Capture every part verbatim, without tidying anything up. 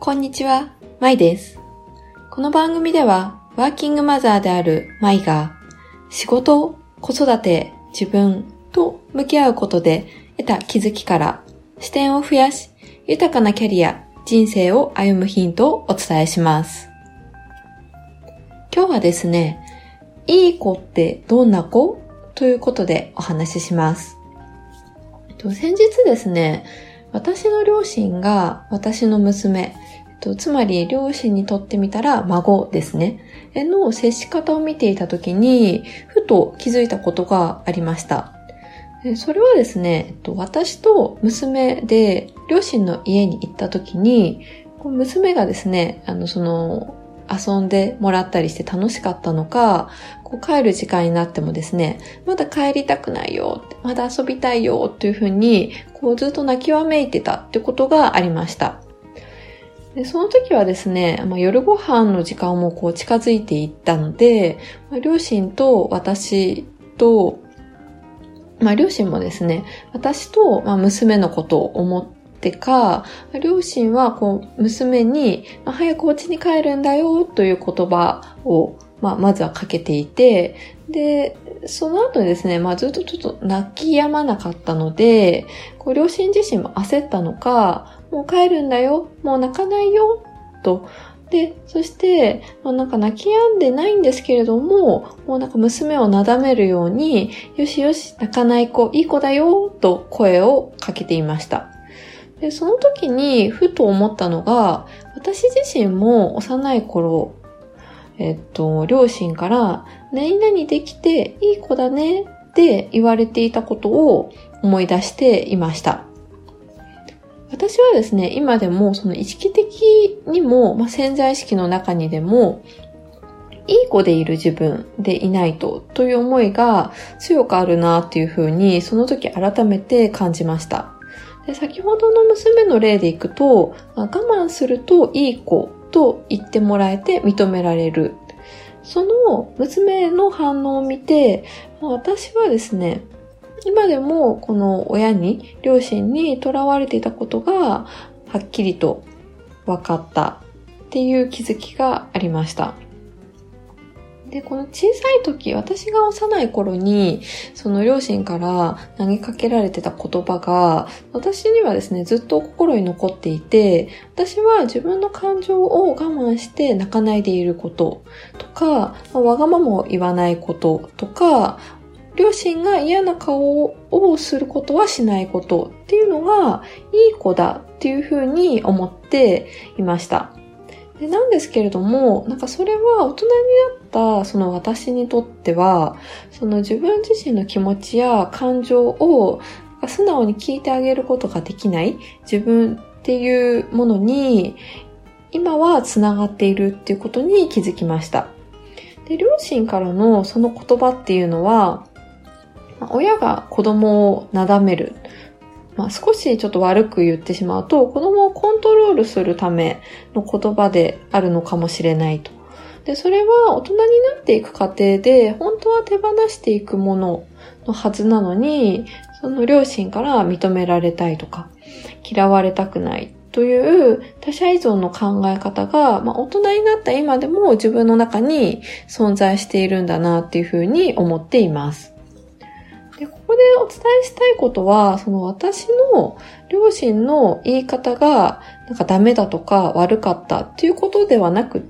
こんにちは、まいです。この番組では、ワーキングマザーであるまいが、仕事、子育て、自分と向き合うことで得た気づきから視点を増やし、豊かなキャリア、人生を歩むヒントをお伝えします。今日はですね、いい子ってどんな子？ということでお話しします。先日ですね、私の両親が私の娘、つまり両親にとってみたら孫ですね、の接し方を見ていたときに、ふと気づいたことがありました。それはですね、私と娘で両親の家に行ったときに、娘がですね、あのその遊んでもらったりして楽しかったのか、こう帰る時間になってもですね、まだ帰りたくないよ、まだ遊びたいよというふうにこうずっと泣きわめいてたってことがありました。でその時はですね、まあ、夜ご飯の時間もこう近づいていったので、まあ、両親と私と、まあ、両親もですね、私と、まあ、娘のことを思ってか、両親はこう娘に、まあ、早くお家に帰るんだよという言葉を、まあ、まずはかけていて、で、その後ですね、まあ、ずっとちょっと泣き止まなかったので、こう両親自身も焦ったのか、もう帰るんだよ、もう泣かないよ、と。で、そして、まあ、なんか泣き止んでないんですけれども、もうなんか娘をなだめるように、よしよし、泣かない子、いい子だよ、と声をかけていました。で、その時にふと思ったのが、私自身も幼い頃、えっと、両親から、何々できていい子だねって言われていたことを思い出していました。私はですね、今でもその意識的にも、まあ、潜在意識の中にでも、いい子でいる自分でいないとという思いが強くあるなっていうふうに、その時改めて感じました。で、先ほどの娘の例でいくと、まあ、我慢するといい子と言ってもらえて認められる。その娘の反応を見て、まあ、私はですね、今でもこの親に、両親に囚われていたことがはっきりと分かったっていう気づきがありました。で、この小さい時、私が幼い頃に、その両親から投げかけられてた言葉が、私にはですね、ずっと心に残っていて、私は自分の感情を我慢して泣かないでいることとか、わがままを言わないこととか、両親が嫌な顔をすることはしないことっていうのがいい子だっていうふうに思っていました。でなんですけれども、なんかそれは大人になったその私にとっては、その自分自身の気持ちや感情を素直に聞いてあげることができない自分っていうものに今はつながっているっていうことに気づきました。で、両親からのその言葉っていうのは、親が子供をなだめる。まあ、少しちょっと悪く言ってしまうと、子供をコントロールするための言葉であるのかもしれないと。で、それは大人になっていく過程で、本当は手放していくもののはずなのに、その両親から認められたいとか、嫌われたくないという他者依存の考え方が、まあ、大人になった今でも自分の中に存在しているんだなっていうふうに思っています。で、ここでお伝えしたいことは、その私の両親の言い方がなんかダメだとか悪かったっていうことではなくって、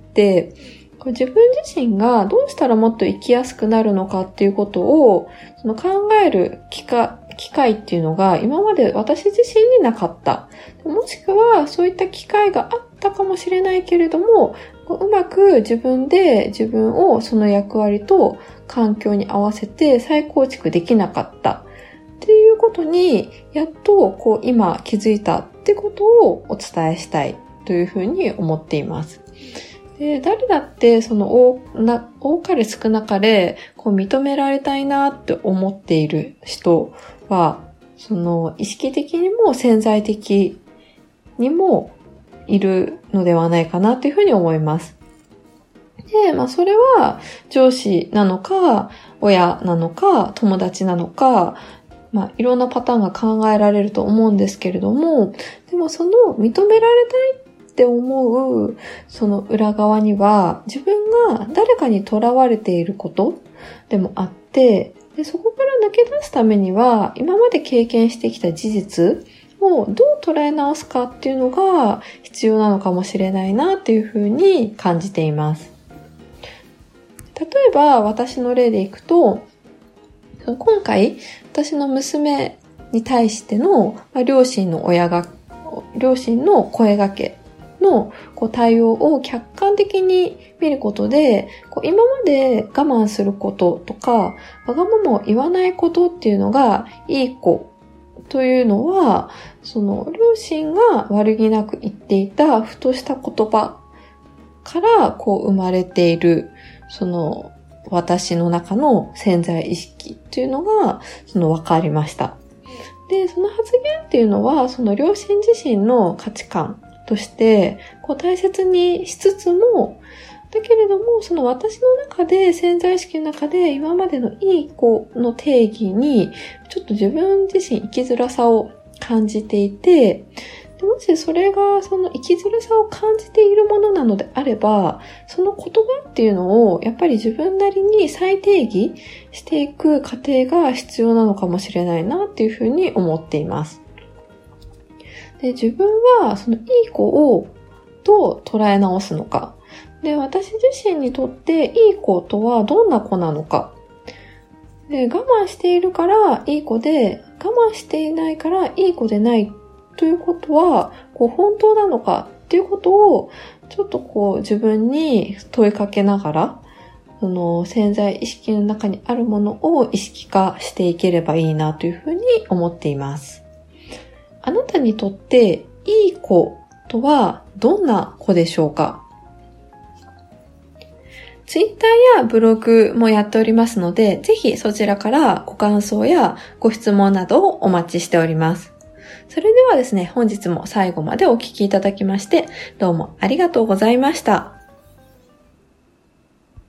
自分自身がどうしたらもっと生きやすくなるのかっていうことをその考える機会、機会っていうのが今まで私自身になかった。もしくはそういった機会があったかもしれないけれども、うまく自分で自分をその役割と環境に合わせて再構築できなかったっていうことにやっとこう今気づいたってことをお伝えしたいというふうに思っています。で、誰だってその多な多かれ少なかれこう認められたいなって思っている人は、その意識的にも潜在的にもいるのではないかなというふうに思います。で、まあそれは上司なのか、親なのか、友達なのか、まあいろんなパターンが考えられると思うんですけれども、でもその認められたいって思うその裏側には、自分が誰かに囚われていることでもあって、でそこから抜け出すためには、今まで経験してきた事実をどう捉え直すかっていうのが必要なのかもしれないなっていうふうに感じています。例えば私の例でいくと、今回私の娘に対しての、まあ、両親の親が、両親の声掛けのこう対応を客観的に見ることで、こう今まで我慢することとか、わがままを言わないことっていうのがいい子というのは、その両親が悪気なく言っていたふとした言葉からこう生まれている、その私の中の潜在意識っていうのがその分かりました。で、その発言っていうのはその両親自身の価値観としてこう大切にしつつも、だけれどもその私の中で潜在意識の中で今までのいい子の定義にちょっと自分自身生きづらさを感じていて、でもしそれがその生きづらさを感じているものなのであれば、その言葉っていうのをやっぱり自分なりに再定義していく過程が必要なのかもしれないなっていうふうに思っています。で、自分はそのいい子をどう捉え直すのか。で、私自身にとっていい子とはどんな子なのか。で、我慢しているからいい子で、我慢していないからいい子でないということは、こう本当なのかっていうことをちょっとこう自分に問いかけながら、その潜在意識の中にあるものを意識化していければいいなというふうに思っています。あなたにとっていい子とはどんな子でしょうか？ツイッターやブログもやっておりますので、ぜひそちらからご感想やご質問などをお待ちしております。それではですね、本日も最後までお聞きいただきまして、どうもありがとうございました。